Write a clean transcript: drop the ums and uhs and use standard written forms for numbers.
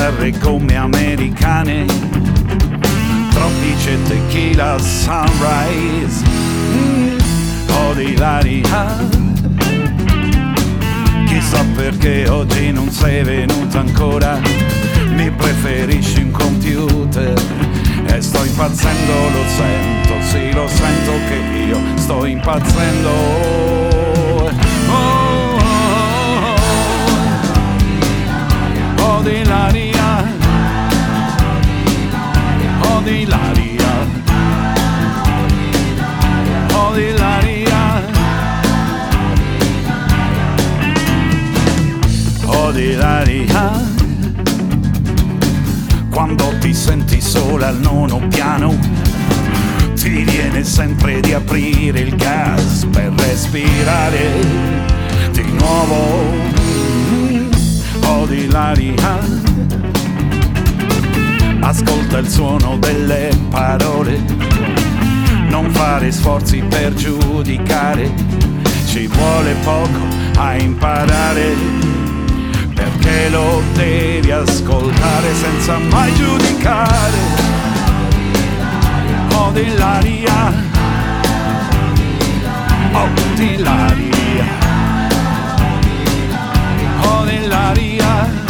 chitarre gomme americane, troppici tequila sunrise, oh di l'aria. Chissà perché oggi non sei venuta ancora, mi preferisci in computer e sto impazzendo, lo sento, sì lo sento che io sto impazzendo. Oh di l'aria, oh di l'aria, oh di l'aria, oh di l'aria. Quando ti senti sola al nono piano, ti viene sempre di aprire il gas per respirare di nuovo. Oh di l'aria, ascolta il suono delle parole, non fare sforzi per giudicare, ci vuole poco a imparare, perché lo devi ascoltare senza mai giudicare. Oh di l'aria, oh di l'aria, oh di l'aria.